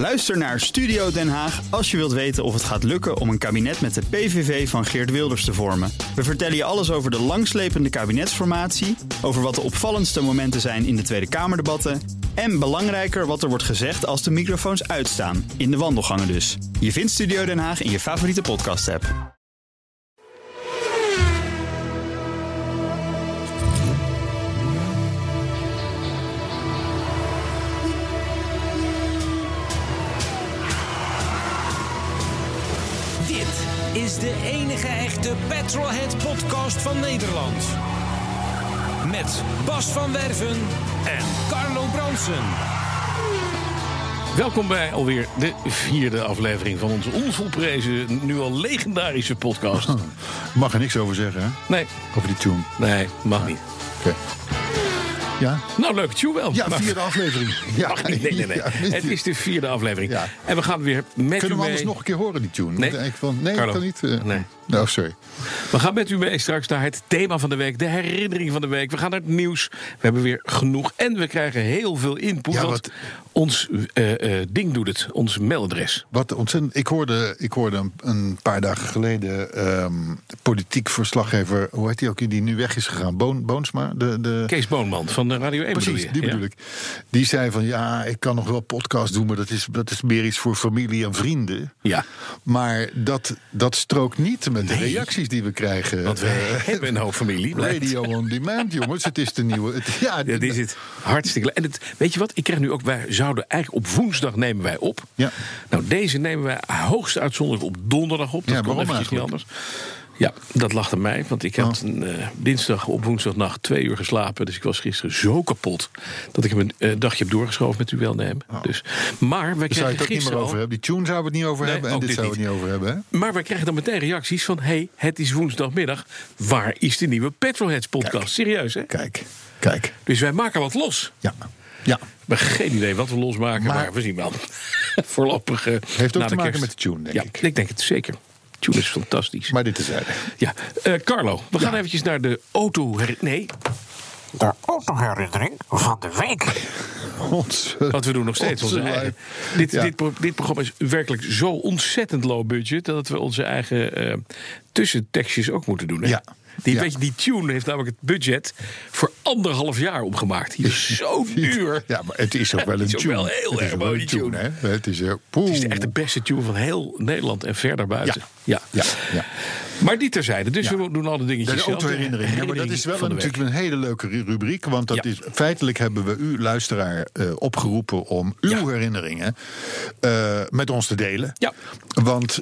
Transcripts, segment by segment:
Luister naar Studio Den Haag als je wilt weten of het gaat lukken om een kabinet met de PVV van Geert Wilders te vormen. We vertellen je alles over de langslepende kabinetsformatie, over wat de opvallendste momenten zijn in de Tweede Kamerdebatten en belangrijker wat er wordt gezegd als de microfoons uitstaan, in de wandelgangen dus. Je vindt Studio Den Haag in je favoriete podcast-app. Is de enige echte Petrolhead-podcast van Nederland. Met Bas van Werven en Carlo Bronsen. Welkom bij alweer de 4e aflevering van onze onvolprezen, nu al legendarische podcast. Mag er niks over zeggen, hè? Nee. Over die tune? Nee, mag niet. Oké. Ja? Nou, leuke tune wel. Ja, 4e aflevering. Ja. Mag niet, nee. Ja, het is de 4e aflevering. Ja. En we gaan weer met Kunnen u we mee... anders nog een keer horen, die tune? Nee. Nee, Carlo. kan niet. Nee. Nou, sorry. We gaan met u mee straks naar het thema van de week, de herinnering van de week. We gaan naar het nieuws. We hebben weer genoeg en we krijgen heel veel input. Ja, want ons ding doet het, ons mailadres. Wat ontzettend. Ik hoorde een paar dagen geleden politiek verslaggever, hoe heet die ook, die nu weg is gegaan? Boonsma? Kees Boonman van de Radio 1. Precies, die bedoel ik. Die zei van, ja, ik kan nog wel podcast doen, maar dat is meer iets voor familie en vrienden. Ja. Maar dat strookt niet met de reacties die we krijgen. Want wij hebben een hoop familie. Radio on demand, jongens. Het is de nieuwe... Dat is het. Hartstikke leuk. En weet je wat? Ik krijg nu ook... Wij zouden eigenlijk op woensdag nemen wij op. Ja. Nou, deze nemen wij hoogst uitzonderlijk op donderdag op. Dat kon waarom eventjes niet eigenlijk? anders. Ja, dat lag aan mij. Want ik had dinsdag op woensdagnacht 2 uur geslapen. Dus ik was gisteren zo kapot dat ik hem een dagje heb doorgeschoven met uw welnemen. Dus, maar wij Zou je kregen het ook niet meer over hebben? Die tune zouden we het niet over Nee, hebben. En ook dit zouden we het niet over hebben. Hè? Maar wij krijgen dan meteen reacties van... hey, het is woensdagmiddag. Waar is de nieuwe Petrolheads podcast? Kijk. Serieus, hè? Kijk. Dus wij maken wat los. Ja. We hebben geen idee wat we losmaken, maar we zien wel. Voorlopig Heeft ook na te de maken kerst. met de tune, denk ik. Ik denk het zeker. De tune is fantastisch. Maar dit is zijde. Ja, Carlo, we gaan eventjes naar de auto... Nee, De autoherinnering van de week. want we doen nog steeds onze eigen... Dit programma is werkelijk zo ontzettend low budget... dat we onze eigen tussentekstjes ook moeten doen. Hè? Ja. Weet je, die tune heeft namelijk het budget voor 1,5 jaar opgemaakt. Die is zo duur. Ja, maar het is ook wel een Het is ook tune. wel heel Het is erg ook wel mooi, een die tune. hè? Het is Het is echt de beste tune van heel Nederland en verder buiten. Ja. Maar die terzijde. Dus we doen alle dingetjes De zelf. autoherinnering. Ja, maar dat is wel natuurlijk een hele leuke rubriek. Want dat is, feitelijk hebben we u, luisteraar, opgeroepen om uw herinneringen met ons te delen. Ja. Want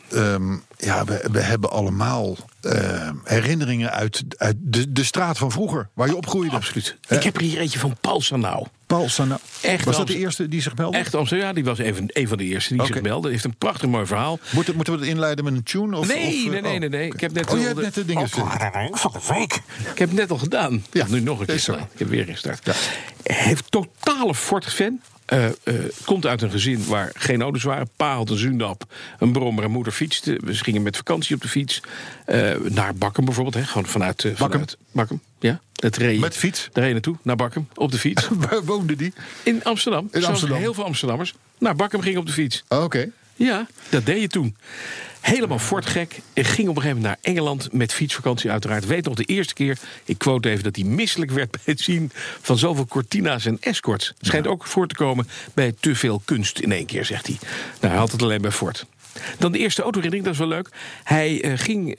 we hebben allemaal herinneringen uit de straat van vroeger. Waar je opgroeide. Absoluut. Ik heb er hier eentje van Paul Sanau. Paul Sanau. Echt Was dat de eerste die zich meldde? Echt Amsterdam, ja, die was een van de eerste die zich meldde. Heeft een prachtig mooi verhaal. Moeten we het inleiden met een tune? Nee. Ik heb net je hebt net de dingen Autoherinnering van de week. Ik heb het net al gedaan. Ja, Nu nog een keer. is zo. Ik heb weer gestart. Ja. Hij heeft totale Ford-fan. Komt uit een gezin waar geen auto's waren. Pa had een Zundap, een brommer en moeder fietste. We gingen met vakantie op de fiets. Naar Bakkum bijvoorbeeld. Hè? Gewoon vanuit Bakkum. Ja, het reed. Met fiets? Daarheen naartoe, naar Bakkum, op de fiets. Waar woonde die? In Amsterdam. In Amsterdam. Heel veel Amsterdammers naar Bakkum gingen op de fiets. Oh, oké. Ja, dat deed je toen. Helemaal Ford-gek. Ik ging op een gegeven moment naar Engeland met fietsvakantie uiteraard. Weet nog de eerste keer, ik quote even, dat hij misselijk werd bij het zien van zoveel Cortina's en Escorts. Schijnt ook voor te komen bij te veel kunst in één keer, zegt hij. Nou, hij had het alleen bij Ford. Dan de eerste autoherinnering, dat is wel leuk. Hij ging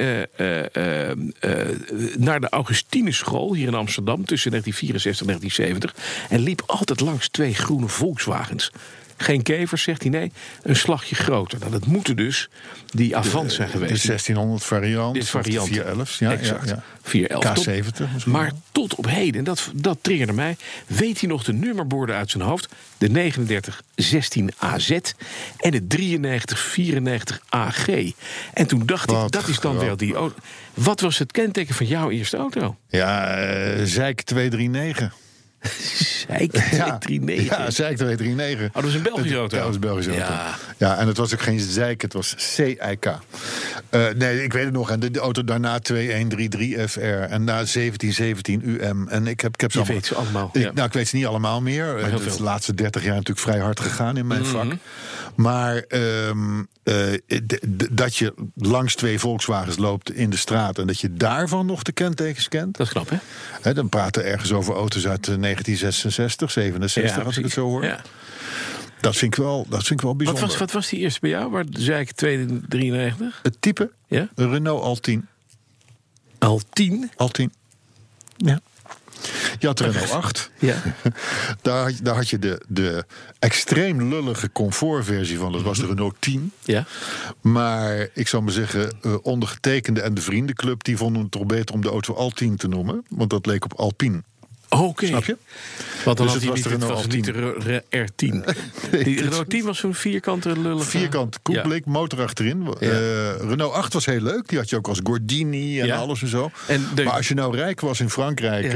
naar de Augustinusschool hier in Amsterdam tussen 1964 en 1970 en liep altijd langs 2 groene Volkswagens. Geen kevers, zegt hij, nee, een slagje groter. Nou, dat moeten dus die Avant zijn geweest. De 1600 variant. Dit variant. 411. Ja, exact. Ja. 411. K70 misschien. Maar tot op heden, en dat triggerde mij, weet hij nog de nummerborden uit zijn hoofd. De 3916 AZ en de 9394 AG. En toen dacht ik, dat is dan wel die auto. Wat was het kenteken van jouw eerste auto? Ja, Zeik 239. Zeik 239. Ja, Zeik 239. Oh, dat is een Belgische auto. Ja, dat is een Belgische auto. Ja, en het was ook geen Zeik, het was CIK. Nee, ik weet het nog. En de auto daarna 2133 FR. En na 1717 UM. En ik heb Je weet ze allemaal. Ik weet ze niet allemaal meer. Het is de laatste 30 jaar natuurlijk vrij hard gegaan in mijn vak. Maar dat je langs 2 Volkswagens loopt in de straat en dat je daarvan nog de kentekens kent. Dat is knap, hè? Dan praten we ergens over auto's uit 1966, 67, als ik het zo hoor. Ja. Dat vind ik wel bijzonder. Wat was die eerste bij jou? Waar zei ik 293? Het type? Ja? Renault Alpine. Alpine? Ja. Je had de Renault 8. Ja. Daar had je de extreem lullige comfortversie van. Dat was de Renault 10. Ja. Maar ik zou maar zeggen, ondergetekende en de vriendenclub... die vonden het toch beter om de auto Alpine te noemen. Want dat leek op Alpine. Oké. Snap je? Want dan Dus had het was niet de R10. Die Renault 10 was zo'n vierkante lullige... Vierkant koeplik, motor achterin. Renault 8 was heel leuk. Die had je ook als Gordini en alles en zo. Maar als je nou rijk was in Frankrijk...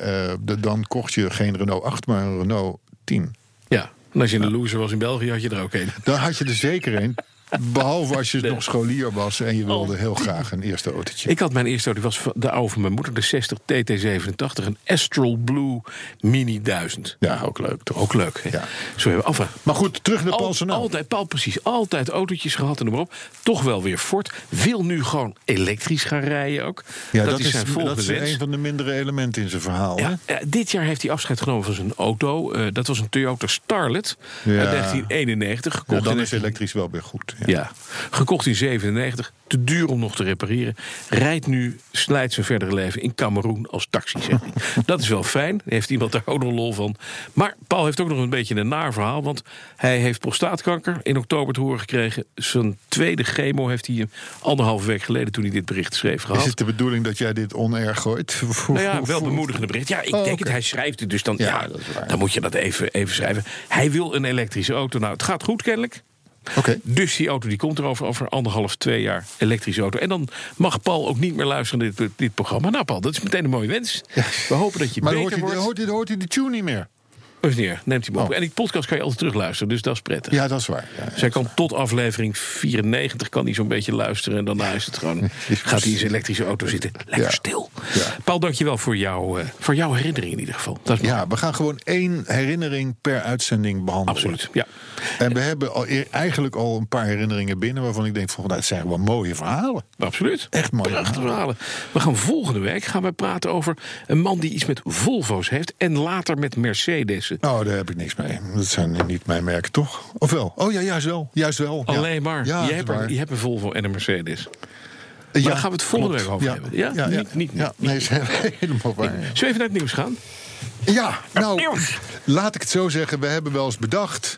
dan kocht je geen Renault 8, maar een Renault 10. Ja, en als je een loser was in België, had je er ook een. Dan had je er zeker een. Behalve als je nog scholier was en je wilde heel graag een eerste autootje. Ik had mijn eerste auto, die was de oude van mijn moeder, de 60 TT87, een Astral Blue Mini 1000. Ja, ook leuk toch? Ook leuk, hè? Ja. Zo hebben we Maar goed, terug naar Paul Senau. Altijd autootjes gehad en erop. Toch wel weer Ford. Wil nu gewoon elektrisch gaan rijden ook. Ja, dat is zijn volgende wens. Een van de mindere elementen in zijn verhaal. Ja, dit jaar heeft hij afscheid genomen van zijn auto. Dat was een Toyota Starlet uit 1991. Gekocht dan is elektrisch wel weer goed. Ja, gekocht in 97, te duur om nog te repareren. Rijdt nu, slijt zijn verdere leven in Kameroen als taxi, zegt hij. Dat is wel fijn, heeft iemand daar ook nog lol van. Maar Paul heeft ook nog een beetje een naar verhaal, want hij heeft prostaatkanker in oktober te horen gekregen. Zijn tweede chemo heeft hij 1,5 week geleden, toen hij dit bericht schreef, gehad. Is het de bedoeling dat jij dit onerg gooit? Nou ja, wel bemoedigende bericht. Ja, ik denk het, hij schrijft het, dus dan, dan moet je dat even schrijven. Hij wil een elektrische auto. Nou, het gaat goed kennelijk. Okay. Dus die auto die komt er over 1,5-2 jaar, elektrische auto. En dan mag Paul ook niet meer luisteren naar dit programma. Nou Paul, dat is meteen een mooie wens. Ja. We hopen dat je beter wordt. Maar hoort hij de tune niet meer? Neemt hij hem op. En die podcast kan je altijd terugluisteren, dus dat is prettig. Ja, dat is waar. Ja, Zij kan tot aflevering 94 kan hij zo'n beetje luisteren. En daarna is het gewoon, gaat hij in zijn elektrische auto zitten. Lekker stil. Ja. Paul, dankjewel voor jouw herinnering in ieder geval. Dat is we gaan gewoon 1 herinnering per uitzending behandelen. Absoluut, ja. En we hebben eigenlijk al een paar herinneringen binnen... waarvan ik denk, het zijn gewoon mooie verhalen. Absoluut. Echt mooie verhalen. We gaan volgende week praten over een man die iets met Volvo's heeft... en later met Mercedes. Oh, daar heb ik niks mee. Dat zijn niet mijn merken, toch? Of wel? Oh ja, juist wel. Alleen maar. Ja, je hebt een Volvo en een Mercedes. Maar daar gaan we het volgende week over hebben. Ja? Niet. Nee, is helemaal waar. Zullen we even naar het nieuws gaan? Ja, nou, laat ik het zo zeggen. We hebben wel eens bedacht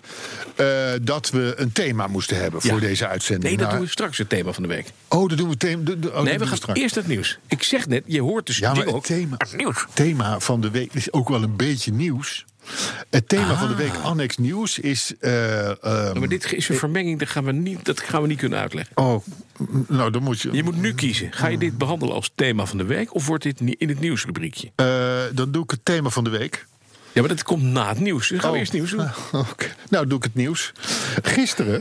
dat we een thema moesten hebben voor deze uitzending. Nee, dat doen we straks, het thema van de week. Oh, dat doen we thema. Nee, we gaan straks. Eerst het nieuws. Ik zeg net, je hoort dus het thema van de week is ook wel een beetje nieuws. Het thema van de week, annex nieuws, is... maar dit is een vermenging, dat gaan we niet kunnen uitleggen. Oh, nou dan moet je... Je moet nu kiezen. Ga je dit behandelen als thema van de week... of wordt dit in het nieuwsrubriekje? Dan doe ik het thema van de week. Ja, maar dat komt na het nieuws. Dan gaan we eerst nieuws doen. Okay. Nou, doe ik het nieuws. Gisteren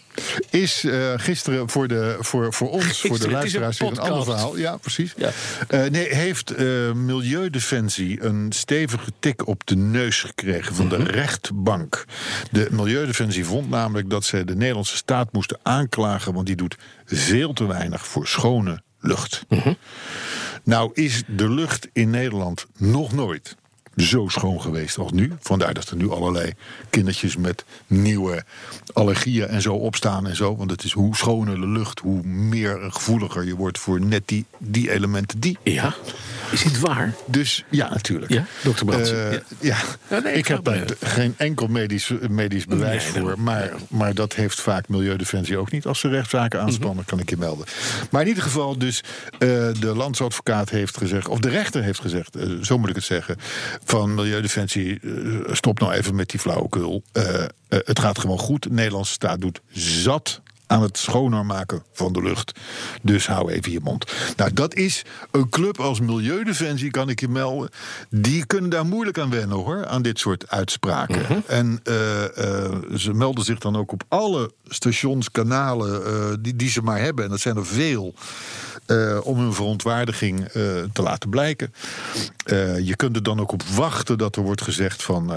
voor ons, voor de luisteraars, weer een ander verhaal. Ja, precies. Ja. Heeft Milieudefensie een stevige tik op de neus gekregen van de rechtbank. De Milieudefensie vond namelijk dat ze de Nederlandse staat moesten aanklagen, want die doet veel te weinig voor schone lucht. Nou is de lucht in Nederland nog nooit zo schoon geweest als nu. Vandaar dat er nu allerlei kindertjes met nieuwe allergieën en zo opstaan en zo. Want het is hoe schoner de lucht, hoe meer gevoeliger je wordt voor net die elementen. Ja, is dit waar? Dus ja, natuurlijk. Ja, dokter Brandsen. Ik heb daar geen enkel medisch bewijs voor. Maar dat heeft vaak Milieudefensie ook niet. Als ze rechtszaken aanspannen, kan ik je melden. Maar in ieder geval dus de landsadvocaat heeft gezegd, of de rechter heeft gezegd, zo moet ik het zeggen, van Milieudefensie, stop nou even met die flauwekul. Het gaat gewoon goed. De Nederlandse staat doet zat aan het schoner maken van de lucht. Dus hou even je mond. Nou, dat is een club als Milieudefensie, kan ik je melden. Die kunnen daar moeilijk aan wennen, hoor. Aan dit soort uitspraken. Uh-huh. En ze melden zich dan ook op alle stations, kanalen die ze maar hebben. En dat zijn er veel. Om hun verontwaardiging te laten blijken. Je kunt er dan ook op wachten dat er wordt gezegd van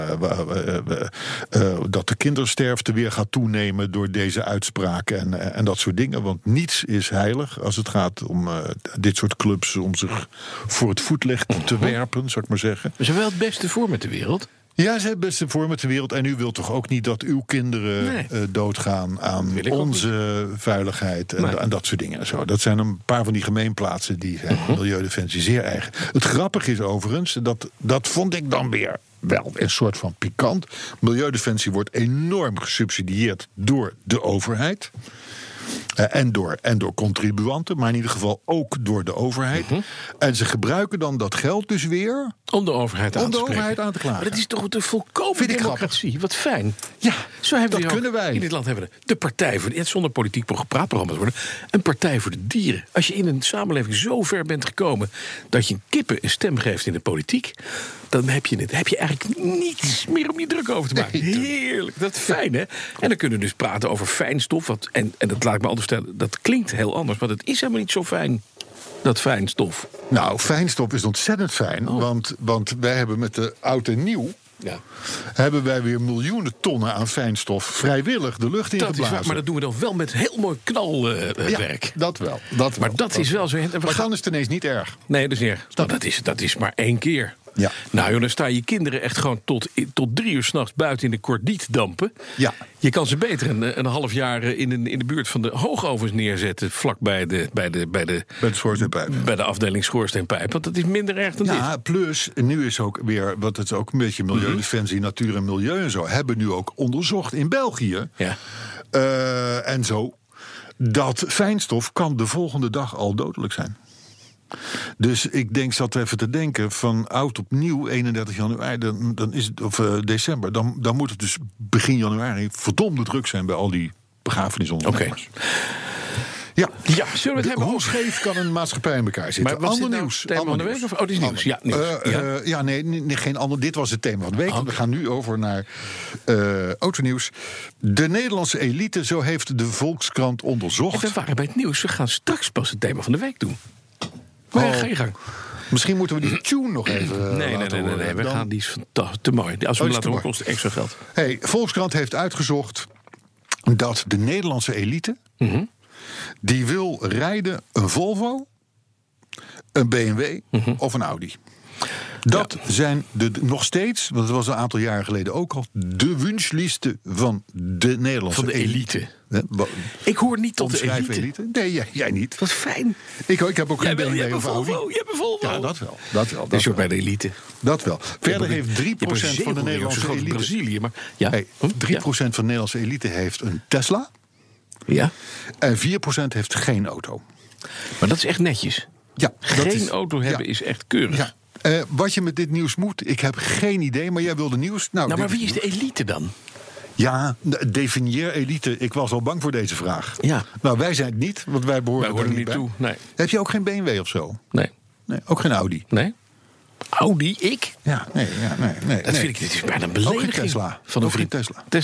dat de kindersterfte weer gaat toenemen door deze uitspraken en dat soort dingen. Want niets is heilig als het gaat om dit soort clubs om zich voor het voetlicht te werpen, zou ik maar zeggen. Ze hebben wel het beste voor met de wereld. Ja, ze hebben het beste voor met de wereld. En u wilt toch ook niet dat uw kinderen doodgaan aan onze veiligheid en dat soort dingen. Zo. Dat zijn een paar van die gemeenplaatsen die zijn Milieudefensie zeer eigen. Het grappige is overigens, dat vond ik dan weer wel een soort van pikant. Milieudefensie wordt enorm gesubsidieerd door de overheid. En door contribuanten, maar in ieder geval ook door de overheid. En ze gebruiken dan dat geld dus weer om de overheid aan te klagen. Maar dat is toch de volkomen democratie? Wat fijn. Ja, zo hebben dat kunnen wij. In dit land hebben we de partij voor zonder politiek praatprogramma's worden. Een partij voor de dieren. Als je in een samenleving zo ver bent gekomen dat je kippen een stem geeft in de politiek, dan heb je eigenlijk niets meer om je druk over te maken. Heerlijk, dat is fijn, hè? En dan kunnen we dus praten over fijnstof. En dat laat ik me anders vertellen, dat klinkt heel anders, maar dat is helemaal niet zo fijn, dat fijnstof. Nou, fijnstof is ontzettend fijn, want wij hebben met de oud en nieuw hebben wij weer miljoenen tonnen aan fijnstof vrijwillig de lucht ingeblazen. Maar dat doen we dan wel met heel mooi knalwerk. Dat wel. Maar dat is wel zo. Maar dan is het ineens niet erg. Nee, dat is niet erg. Dat is maar 1 keer. Ja. Nou joh, dan staan je kinderen echt gewoon tot 3 uur 's nachts buiten in de kordiet dampen. Ja. Je kan ze beter een half jaar in de buurt van de hoogovens neerzetten, vlak bij de schoorsteenpijp. Bij de afdeling schoorsteenpijp. Want dat is minder erg dan dit. Ja, plus, nu is ook weer, wat het is ook een beetje Milieudefensie, Natuur en Milieu en zo, hebben nu ook onderzocht in België. Ja. En zo, dat fijnstof kan de volgende dag al dodelijk zijn. Dus ik zat even te denken, van oud op nieuw, 31 januari, dan is het, of december, dan moet het dus begin januari verdomde druk zijn bij al die begrafenisondernemers. Okay. Ja, zullen we het hebben? Hoe scheef kan een maatschappij in elkaar zitten? Maar ander nieuws. Thema van de week? Of? Dit is nieuws. Ja, nieuws. Nee, geen ander. Dit was het thema van de week. We gaan nu over naar autonieuws. De Nederlandse elite, zo heeft de Volkskrant onderzocht. We waren bij het nieuws. We gaan straks pas het thema van de week doen. Maar ga je gang. Misschien moeten we die tune nog even Nee. We gaan die is te mooi. Als we hem laten horen, kost het extra geld. Volkskrant heeft uitgezocht dat de Nederlandse elite die wil rijden een Volvo, een BMW of een Audi. Dat zijn nog steeds, want dat was een aantal jaren geleden ook al, de wunschlisten van de Nederlandse elite. Ik hoor niet tot de elite. Nee, jij niet. Wat fijn. Ik heb ook geen BMW of Audi. Je hebt een Volvo. Ja, dat wel. Dus je bij de elite. Dat wel. Verder heeft 3% van de Nederlandse elite. Brazilië, maar 3% van de Nederlandse elite heeft een Tesla. Ja. En 4% heeft geen auto. Maar dat is echt netjes. Ja, geen auto hebben is echt keurig. Ja. Wat je met dit nieuws moet, ik heb geen idee, maar jij wilde nieuws. Nou, maar wie is de elite dan? Ja, definieer elite. Ik was al bang voor deze vraag. Ja. Nou, wij zijn het niet, want wij behoren er niet toe. Nee. Heb je ook geen BMW of zo? Nee. Ook geen Audi? Nee. Audi? Ik? Ja, nee. Dat vind ik, dit is bijna een belediging. Ook geen Tesla. Van een vriend.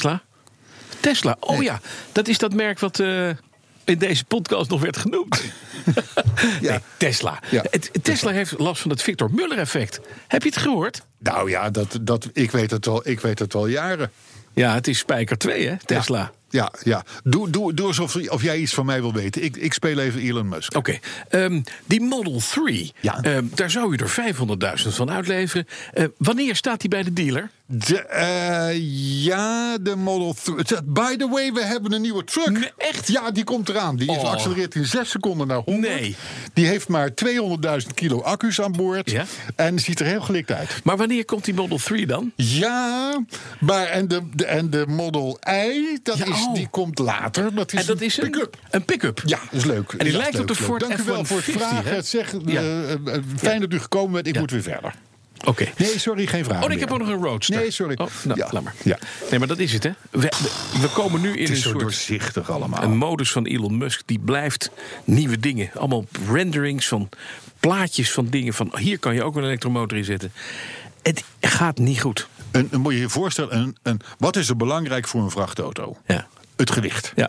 Tesla? Oh ja, dat is dat merk wat in deze podcast nog werd genoemd. Nee, Tesla. Ja. Tesla heeft last van het Victor Muller-effect. Heb je het gehoord? Nou ja, ik weet het al jaren. Ja, het is spijker 2, hè, Tesla. Ja. Doe alsof of jij iets van mij wil weten. Ik speel even Elon Musk. Oké. Die Model 3, daar zou je er 500.000 van uitleveren. Wanneer staat die bij de dealer? De Model 3. By the way, we hebben een nieuwe truck. Nee, echt? Ja, die komt eraan. Die accelereert in 6 seconden naar 100. Nee. Die heeft maar 200.000 kilo accu's aan boord. Ja? En ziet er heel gelikt uit. Maar wanneer komt die Model 3 dan? Ja, maar en de Model I, die komt later. Dat is een pick-up. Een pick-up? Ja, dat is leuk. En die lijkt op de Ford F-150. Dank u wel voor het vragen. Fijn dat u gekomen bent. Ik moet weer verder. Oké. Nee, sorry, geen vraag. Ik heb ook nog een Roadster. Nee, sorry. Laat maar. Ja. Nee, maar dat is het, hè. We komen nu in een soort doorzichtig allemaal. Een modus van Elon Musk die blijft nieuwe dingen. Allemaal renderings van plaatjes van dingen. Van hier kan je ook een elektromotor in zetten. Het gaat niet goed. Moet je je voorstellen, wat is er belangrijk voor een vrachtauto? Ja. Het gewicht. Ja.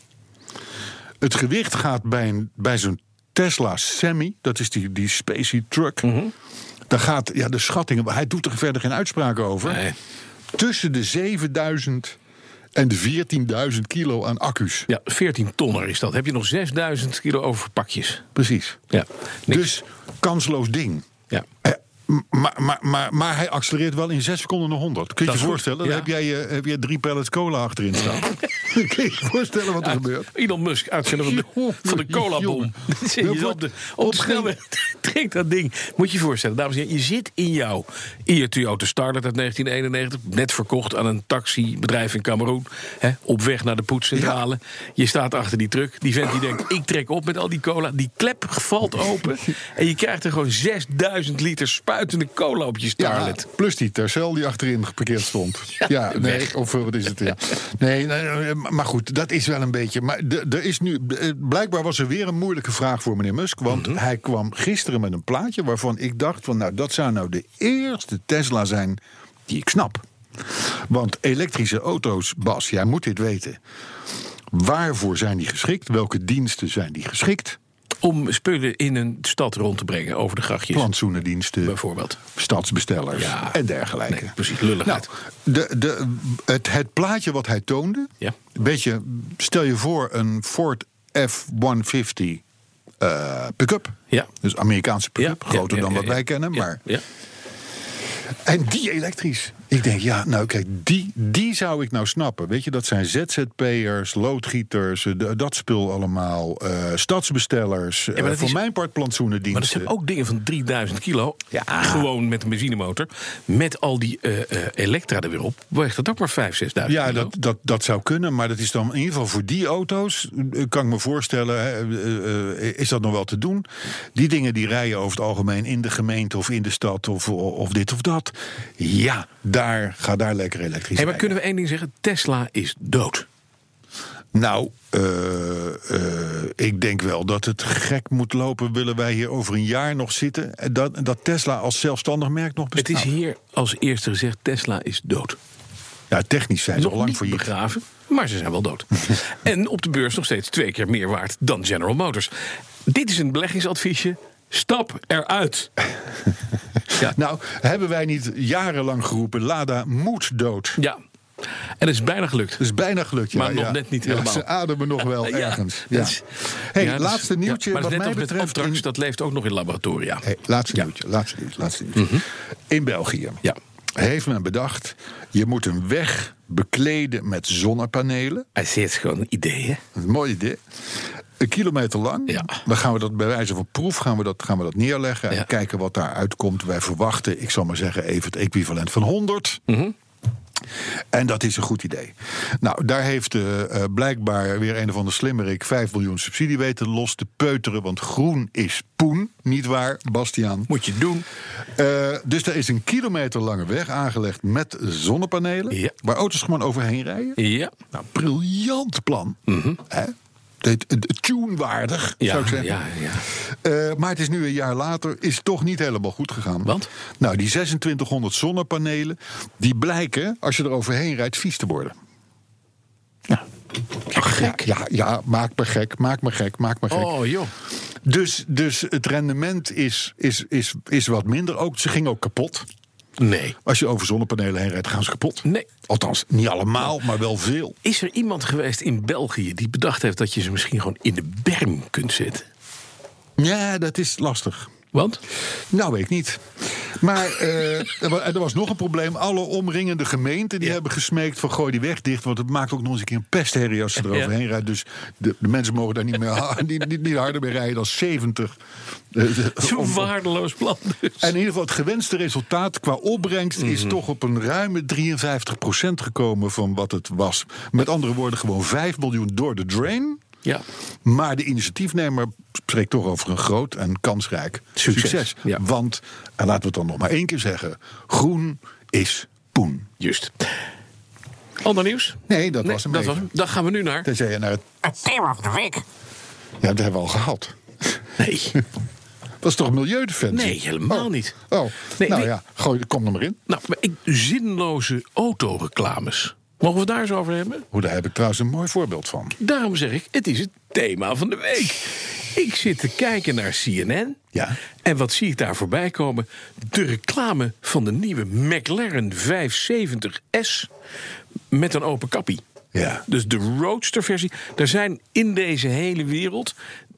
Het gewicht gaat bij zo'n Tesla Semi, dat is die spacey truck. Daar gaat, de schattingen, hij doet er verder geen uitspraken over. Nee. Tussen de 7000 en de 14.000 kilo aan accu's. Ja, 14 tonner is dat. Heb je nog 6000 kilo over pakjes. Precies. Ja. Dus kansloos ding. Ja. Maar hij accelereert wel in 6 seconden naar 100. Kun je je voorstellen? Ja. Dan heb jij 3 pallets cola achterin staan. Kun je je voorstellen wat er gebeurt? Elon Musk, uitvinder van de colabom. Op de snelweg trekt dat ding. Moet je je voorstellen, dames en heren. Je zit in je Toyota Starlet uit 1991. Net verkocht aan een taxibedrijf in Kameroen. Op weg naar de poetscentrale. Ja. Je staat achter die truck. Die vent die denkt, ik trek op met al die cola. Die klep valt open. En je krijgt er gewoon 6000 liter spuitende cola op je Starlet. Ja, plus die Tercel die achterin geparkeerd stond. Ja, nee, of wat is het? Ja. Nee, maar goed, dat is wel een beetje. Maar er is nu, blijkbaar was er weer een moeilijke vraag voor meneer Musk. Want hij kwam gisteren met een plaatje waarvan ik dacht van, nou, dat zou nou de eerste Tesla zijn die ik snap. Want elektrische auto's, Bas, jij moet dit weten. Waarvoor zijn die geschikt? Welke diensten zijn die geschikt? Om spullen in een stad rond te brengen over de grachtjes. Plantsoenendiensten. Bijvoorbeeld. Stadsbestellers en dergelijke. Nee, precies, lulligheid. Nou, het plaatje wat hij toonde. Ja. Een beetje, stel je voor een Ford F-150 pick-up. Ja. Dus Amerikaanse pick-up. Groter dan wat wij kennen. Maar. Ja. En die elektrisch. Ik denk, ja, nou kijk, die zou ik nou snappen. Weet je, dat zijn ZZP'ers, loodgieters, dat spul allemaal. Stadsbestellers, voor mijn part plantsoenendiensten. Maar dat zijn ook dingen van 3000 kilo. Ja. Gewoon met een benzinemotor. Met al die elektra er weer op. Weegt dat ook maar 5.000, 6.000 ja, kilo? dat zou kunnen. Maar dat is dan in ieder geval voor die auto's. Kan ik me voorstellen, is dat nog wel te doen. Die dingen die rijden over het algemeen in de gemeente of in de stad of dit of dat. Ja, ga daar lekker elektrisch rijden. Maar kunnen we één ding zeggen? Tesla is dood. Nou, ik denk wel dat het gek moet lopen. Willen wij hier over een jaar nog zitten? Dat Tesla als zelfstandig merk nog bestaat. Het is hier als eerste gezegd, Tesla is dood. Ja, technisch zijn ze nog al lang niet failliet. Begraven, maar ze zijn wel dood. En op de beurs nog steeds 2 keer meer waard dan General Motors. Dit is een beleggingsadviesje. Stap eruit. Ja. Nou, hebben wij niet jarenlang geroepen, Lada moet dood? Ja. En het is bijna gelukt. Het is bijna gelukt, ja. Maar nog net niet helemaal. Ze ademen nog wel ergens. Ja. Laatste nieuwtje. Maar wat mij betreft, Opdracht, dat leeft ook nog in laboratoria. Laatste nieuwtje. In België heeft men bedacht, je moet een weg bekleden met zonnepanelen. Hij zit gewoon ideeën. Een mooi idee. 1 kilometer lang. Ja. Dan gaan we dat bij wijze van proef gaan we dat neerleggen en kijken wat daar uitkomt. Wij verwachten, ik zal maar zeggen, even het equivalent van 100. En dat is een goed idee. Nou, daar heeft blijkbaar weer een of andere slimmerik 5 miljoen subsidie weten los te peuteren. Want groen is poen, niet waar, Bastiaan? Moet je doen. Dus er is 1 kilometer lange weg aangelegd met zonnepanelen. Waar auto's gewoon overheen rijden. Ja. Nou, briljant plan. Hè? Tune-waardig, zou ik zeggen. Ja. Maar het is nu een jaar later, is toch niet helemaal goed gegaan. Want? Nou, die 2600 zonnepanelen, die blijken, als je er overheen rijdt, vies te worden. Ja. Gek. Ja, maak me gek. Oh, joh. Dus het rendement is wat minder. Ook, ze gingen ook kapot. Nee. Als je over zonnepanelen heen rijdt, gaan ze kapot. Nee. Althans, niet allemaal, maar wel veel. Is er iemand geweest in België die bedacht heeft dat je ze misschien gewoon in de berm kunt zetten? Ja, dat is lastig. Want? Nou, weet ik niet. Maar er was nog een probleem. Alle omringende gemeenten die hebben gesmeekt van gooi die weg dicht. Want het maakt ook nog eens een keer een pestherrie als ze eroverheen rijden. Dus de mensen mogen daar niet harder mee rijden dan 70. Zo'n waardeloos plan dus. En in ieder geval het gewenste resultaat qua opbrengst is toch op een ruime 53% gekomen van wat het was. Met andere woorden, gewoon 5 miljoen door de drain. Ja. Maar de initiatiefnemer spreekt toch over een groot en kansrijk succes. Ja. Want, en laten we het dan nog maar 1 keer zeggen, groen is poen. Juist. Ander nieuws? Nee, dat was hem dat even. was hem. Dan gaan we nu naar... Tenzij je naar Het thema van de week. Ja, dat hebben we al gehad. Nee. Dat is toch milieudefensie? Nee, helemaal niet. Oh, Nee, nou nee. ja, kom er maar in. Nou, maar zinloze autoreclames. Mogen we het daar eens over hebben? Daar heb ik trouwens een mooi voorbeeld van. Daarom zeg ik, het is het thema van de week. Ik zit te kijken naar CNN. Ja. En wat zie ik daar voorbij komen? De reclame van de nieuwe McLaren 570S met een open kappie. Ja. Dus de Roadster-versie. Er zijn in deze hele wereld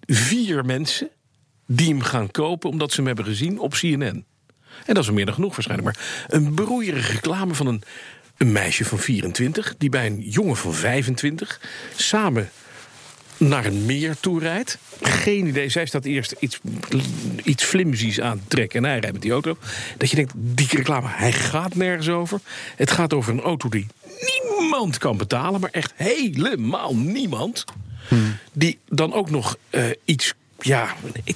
4 mensen die hem gaan kopen omdat ze hem hebben gezien op CNN. En dat is al meer dan genoeg waarschijnlijk. Maar een broeierige reclame van een meisje van 24... die bij een jongen van 25 samen naar een meer toe rijdt. Geen idee. Zij staat eerst iets flimsies aan te trekken en hij rijdt met die auto. Dat je denkt, die reclame, hij gaat nergens over. Het gaat over een auto die niemand kan betalen, maar echt helemaal niemand. Die dan ook nog iets... Ja,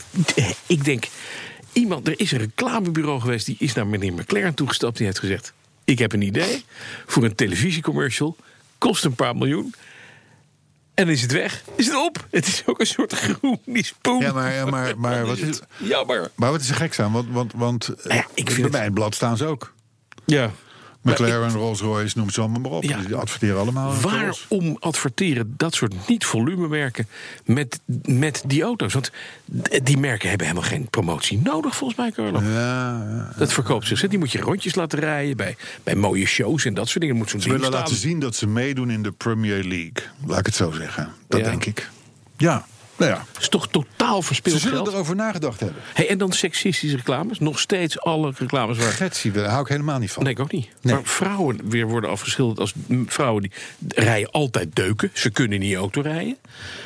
ik denk... Er is een reclamebureau geweest, die is naar meneer McLaren toegestapt. Die heeft gezegd, ik heb een idee voor een televisiecommercial. Kost een paar miljoen. En dan is het weg. Is het op? Het is ook een soort groen spoen. Ja, maar wat is... Jammer. Maar wat is er geks aan? Want ik vind bij mijn blad staan ze ook. Ja. McLaren, Rolls-Royce, noem ze allemaal maar op. Ja. Dus die adverteren allemaal. Waarom adverteren dat soort niet-volumemerken met die auto's? Want die merken hebben helemaal geen promotie nodig, volgens mij, Carlo. Ja. Dat verkoopt zich. Die moet je rondjes laten rijden bij mooie shows en dat soort dingen. Moet zo'n Ze ding willen staan. laten zien dat ze meedoen in de Premier League. Laat ik het zo zeggen. Dat Ja. denk ik. Ja, nou ja. Dat is toch totaal Ze verspild zullen geld? erover nagedacht hebben. Hey, en dan seksistische reclames? Nog steeds alle reclames waar... Getsie, daar hou ik helemaal niet van. Nee, ik ook niet. Nee. Maar vrouwen weer worden afgeschilderd als vrouwen die rijden altijd deuken. Ze kunnen niet auto rijden.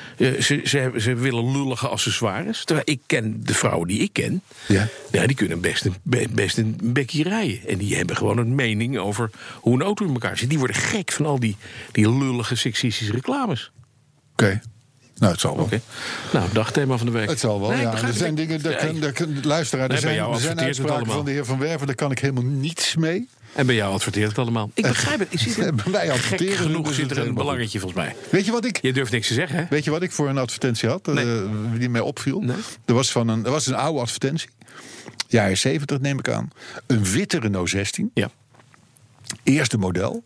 Ze willen lullige accessoires. Terwijl ik ken de vrouwen die ik ken. Ja, die kunnen best een bekje rijden. En die hebben gewoon een mening over hoe een auto in elkaar zit. Die worden gek van al die lullige seksistische reclames. Oké. Nou, het zal wel. Oké. Nou, dagthema van de week. Het zal wel, Nee, ik ja. begrijp Er zijn het. dingen, luisteraar, Nee, er bij jou zijn adverteert het uitspraken allemaal. van de heer Van Werven, daar kan ik helemaal niets mee. En bij jou adverteert het allemaal. Ik begrijp het. Wij Gek adverteren, genoeg dus zit het er een helemaal belangetje volgens mij. Weet je wat ik... Je durft niks te zeggen, hè? Weet je wat ik voor een advertentie had, die mij opviel? Nee. Er was een oude advertentie. Jaren 70 neem ik aan. Een witte Renault 16. Ja. Eerste model.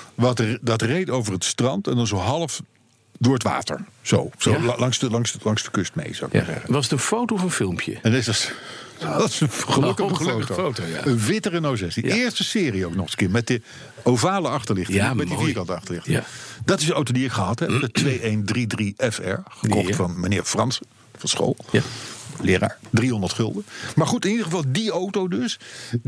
Dat reed over het strand en dan zo half door het water. Zo Ja. langs de kust mee, zou ik maar zeggen. Was het een foto of een filmpje? En dat is een gelukkige ongelukkige foto. ja. Een witte Renault 16. Ja. Eerste serie ook nog eens een keer. Met de ovale achterlichting. Ja, met die mooi. vierkante achterlichting. Ja. Dat is de auto die ik gehad heb. De 2133 FR. Gekocht Ja. van meneer Fransen van school. Ja. Leraar. 300 gulden. Maar goed, in ieder geval die auto dus.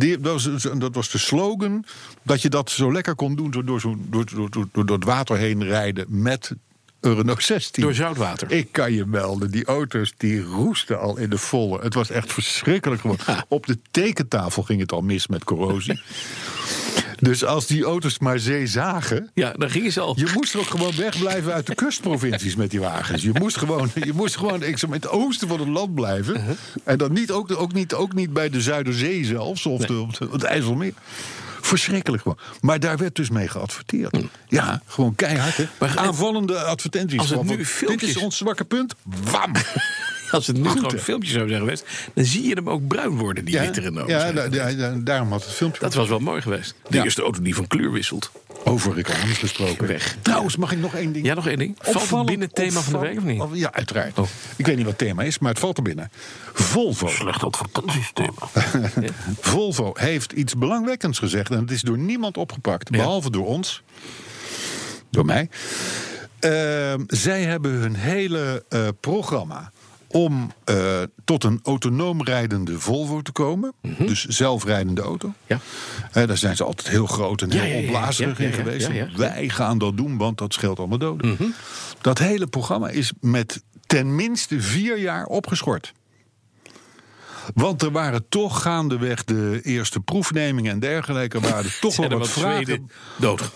Dat was de slogan. Dat je dat zo lekker kon doen. Door het water heen rijden met een Renault 16. Door zoutwater. Ik kan je melden, die auto's die roesten al in de volle. Het was echt verschrikkelijk gewoon. Ja. Op de tekentafel ging het al mis met corrosie. Dus als die auto's maar zee zagen... Ja, dan gingen ze al. Je moest er ook gewoon wegblijven uit de kustprovincies met die wagens. Je moest gewoon ik zou met het oosten van het land blijven. En dan niet, ook niet bij de Zuiderzee zelfs, of het IJsselmeer. Verschrikkelijk gewoon. Maar daar werd dus mee geadverteerd. Ja, gewoon keihard. Hè? Maar- Aanvallende advertenties. Als het Gewoon nu van, filmpjes- dit is ons zwakke punt. Wam! Als het nu Goed, gewoon hè? een filmpje zou zijn geweest, dan zie je hem ook bruin worden, die witte Renault. Daarom had het filmpje. Dat was wel mooi geweest. De Ja. eerste auto die van kleur wisselt. Over reclames gesproken. Weg. Trouwens, mag ik nog één ding? Ja, nog één ding. Valt het binnen het thema van de week of niet? Ja, uiteraard. Oh. Ik weet niet wat het thema is, maar het valt er binnen. Volvo. Slecht advertentiesysteem. Volvo heeft iets belangwekkends gezegd. En het is door niemand opgepakt. Behalve door ons. Door mij. Zij hebben hun hele programma om tot een autonoom rijdende Volvo te komen. Dus zelfrijdende auto. Ja. Daar zijn ze altijd heel groot en heel opblazerig in geweest. ja. Wij gaan dat doen, want dat scheelt allemaal doden. Dat hele programma is met ten minste 4 jaar opgeschort. Want er waren toch gaandeweg de eerste proefnemingen en dergelijke. Waren er toch wel wat vragen. Dood.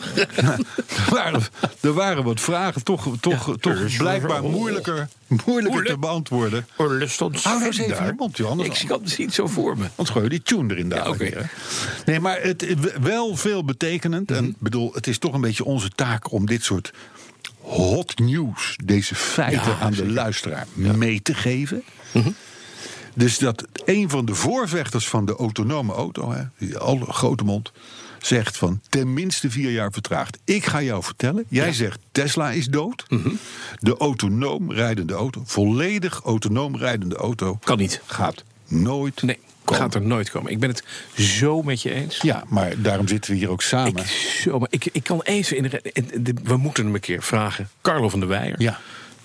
Er waren wat vragen toch blijkbaar moeilijker te beantwoorden. Hou nou eens even je mond, Johan. Ik zie het niet zo voor me. Want gooi je die tune erin daar. Okay. Nee, maar het wel veel betekenend. En bedoel, het is toch een beetje onze taak om dit soort hot news, deze feiten aan de luisteraar mee te geven. Dus dat een van de voorvechters van de autonome auto, die grote mond, zegt van tenminste 4 jaar vertraagd. Ik ga jou vertellen, jij zegt Tesla is dood. De autonoom rijdende auto, volledig autonoom rijdende auto, kan niet. Gaat nooit. Nee. Gaat er nooit komen. Ik ben het zo met je eens. Ja, maar daarom zitten we hier ook samen. Ik kan even we moeten hem een keer vragen. Carlo van der Weijer. Ja.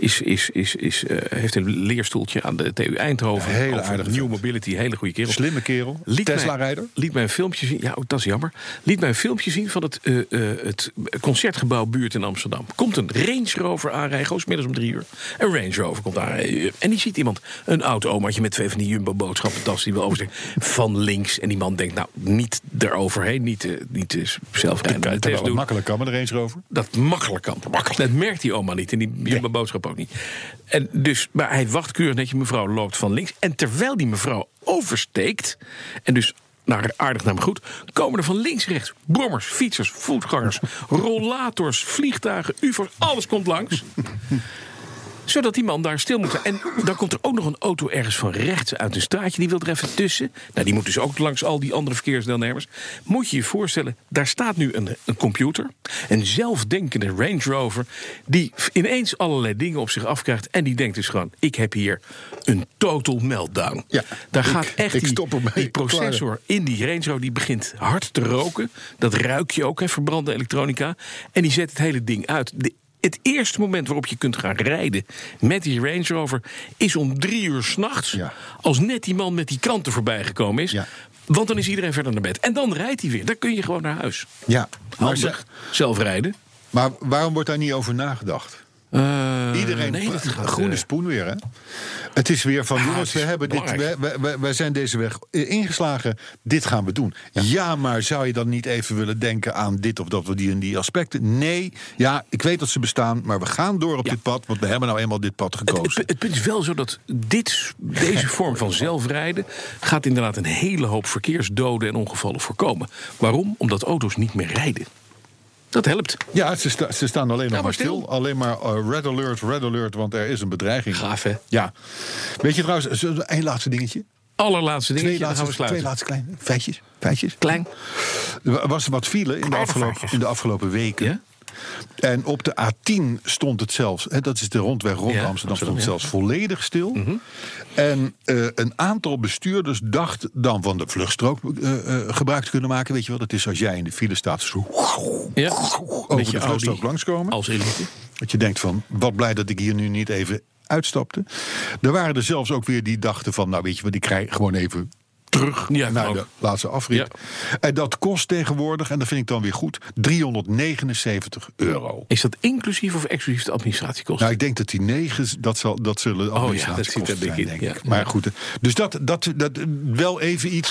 Heeft een leerstoeltje aan de TU Eindhoven. Hele aardige New Mobility, hele goede kerel. Slimme kerel. Tesla-rijder. Liet mij een filmpje zien. Ja, ook dat is jammer. Liet mij een filmpje zien van het Concertgebouwbuurt in Amsterdam. Komt een Range Rover aanrijden, middags om 3 uur. Een Range Rover komt aanrijden. En die ziet iemand, een oud-omaatje met 2 van die Jumbo-boodschappentas die wil oversteken. Van links. En die man denkt, nou, niet eroverheen. Niet zelfrijden. Dat wel makkelijk kan met een Range Rover. Dat makkelijk kan. Dat merkt die oma niet. En die Jumbo-boodschap ook niet. En dus, maar hij wacht keurig dat je mevrouw loopt van links. En terwijl die mevrouw oversteekt, en dus aardig naar me goed, komen er van links rechts brommers, fietsers, voetgangers, rollators, vliegtuigen, ufo's, alles komt langs. Zodat die man daar stil moet zijn. En dan komt er ook nog een auto ergens van rechts uit een straatje. Die wil er even tussen. Nou, die moet dus ook langs al die andere verkeersdeelnemers. Moet je je voorstellen, daar staat nu een computer. Een zelfdenkende Range Rover. Die ineens allerlei dingen op zich afkrijgt. En die denkt dus gewoon, ik heb hier een total meltdown. Ja, daar gaat echt die processor in die Range Rover. Die begint hard te roken. Dat ruik je ook, verbrande elektronica. En die zet het hele ding uit. Het eerste moment waarop je kunt gaan rijden met die Range Rover is om 3 uur 's nachts. Ja. Als net die man met die kranten voorbij gekomen is. Ja. Want dan is iedereen verder naar bed. En dan rijdt hij weer. Dan kun je gewoon naar huis. Ja, handig. Zelf rijden. Maar waarom wordt daar niet over nagedacht? Iedereen groene spoen weer, hè? Het is weer van, jongens, wij zijn deze weg ingeslagen. Dit gaan we doen. Ja, maar zou je dan niet even willen denken aan dit of dat of die en die aspecten? Nee, ja, ik weet dat ze bestaan, maar we gaan door op dit pad, want we hebben nou eenmaal dit pad gekozen. Het punt is wel zo dat deze vorm van zelfrijden gaat inderdaad een hele hoop verkeersdoden en ongevallen voorkomen. Waarom? Omdat auto's niet meer rijden. Dat helpt. Ja, ze staan alleen nog maar stil. Alleen maar red alert, want er is een bedreiging. Gaaf, hè? Ja. Weet je trouwens, één laatste dingetje. Allerlaatste dingetje, dan gaan we sluiten. 2 laatste kleine feitjes. Klein. Er was wat file in de afgelopen weken. Ja? En op de A10 stond het zelfs, dat is de rondweg rond Amsterdam, stond het zelfs volledig stil. Mm-hmm. En een aantal bestuurders dacht dan van de vluchtstrook gebruik te kunnen maken. Weet je wel, dat is als jij in de file staat, zo over de vluchtstrook langskomen. Als elite. Dat je denkt van, wat blij dat ik hier nu niet even uitstapte. Er waren er zelfs ook weer die dachten van, nou weet je wat, ik krijg gewoon even terug naar de laatste afrit. Ja. En dat kost tegenwoordig, en dat vind ik dan weer goed, €379. Is dat inclusief of exclusief de administratiekosten? Nou, ik denk dat die 9, dat zullen administratiekosten zijn, denk ik. Maar goed, dus dat wel even iets.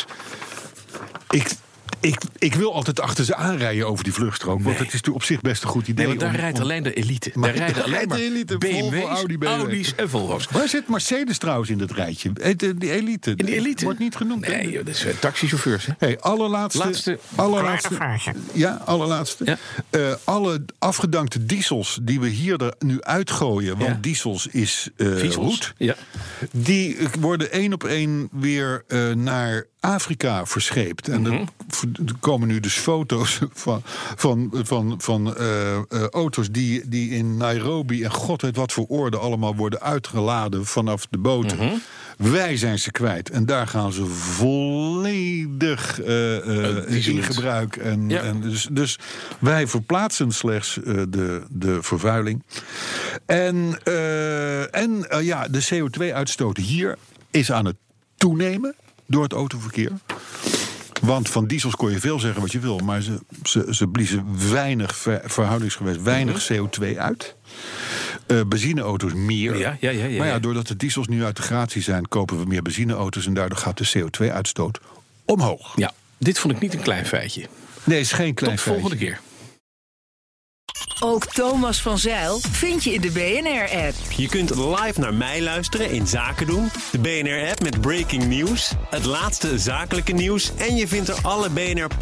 Ik wil altijd achter ze aanrijden over die vluchtstrook. Want het is natuurlijk op zich best een goed idee. Nee, want daar rijdt alleen de elite. Daar rijden alleen maar BMW's, Audi's en Volvo's. Waar zit Mercedes trouwens in dat rijtje? Die elite. In die elite? Wordt niet genoemd. Nee, dat is taxichauffeurs. Hè? Hey, allerlaatste. Ja, allerlaatste. Ja. Alle afgedankte diesels die we hier er nu uitgooien. Want diesels is roet. Ja. Die worden 1 op 1 weer naar Afrika verscheept. En er komen nu dus foto's van auto's die in Nairobi en god weet wat voor orde allemaal worden uitgeladen vanaf de boten. Mm-hmm. Wij zijn ze kwijt. En daar gaan ze volledig in gebruik. En dus wij verplaatsen slechts de vervuiling. En de CO2-uitstoot hier is aan het toenemen door het autoverkeer. Want van diesels kon je veel zeggen wat je wil, maar ze bliezen verhoudingsgewijs weinig CO2 uit. benzineauto's meer. Ja. Maar ja, doordat de diesels nu uit de gratie zijn, kopen we meer benzineauto's en daardoor gaat de CO2-uitstoot omhoog. Ja, dit vond ik niet een klein feitje. Nee, is geen klein feitje. Tot volgende keer. Ook Thomas van Zijl vind je in de BNR-app. Je kunt live naar mij luisteren in Zaken doen. De BNR-app met breaking news, het laatste zakelijke nieuws en je vindt er alle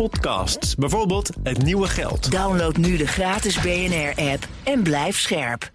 BNR-podcasts. Bijvoorbeeld Het Nieuwe Geld. Download nu de gratis BNR-app en blijf scherp.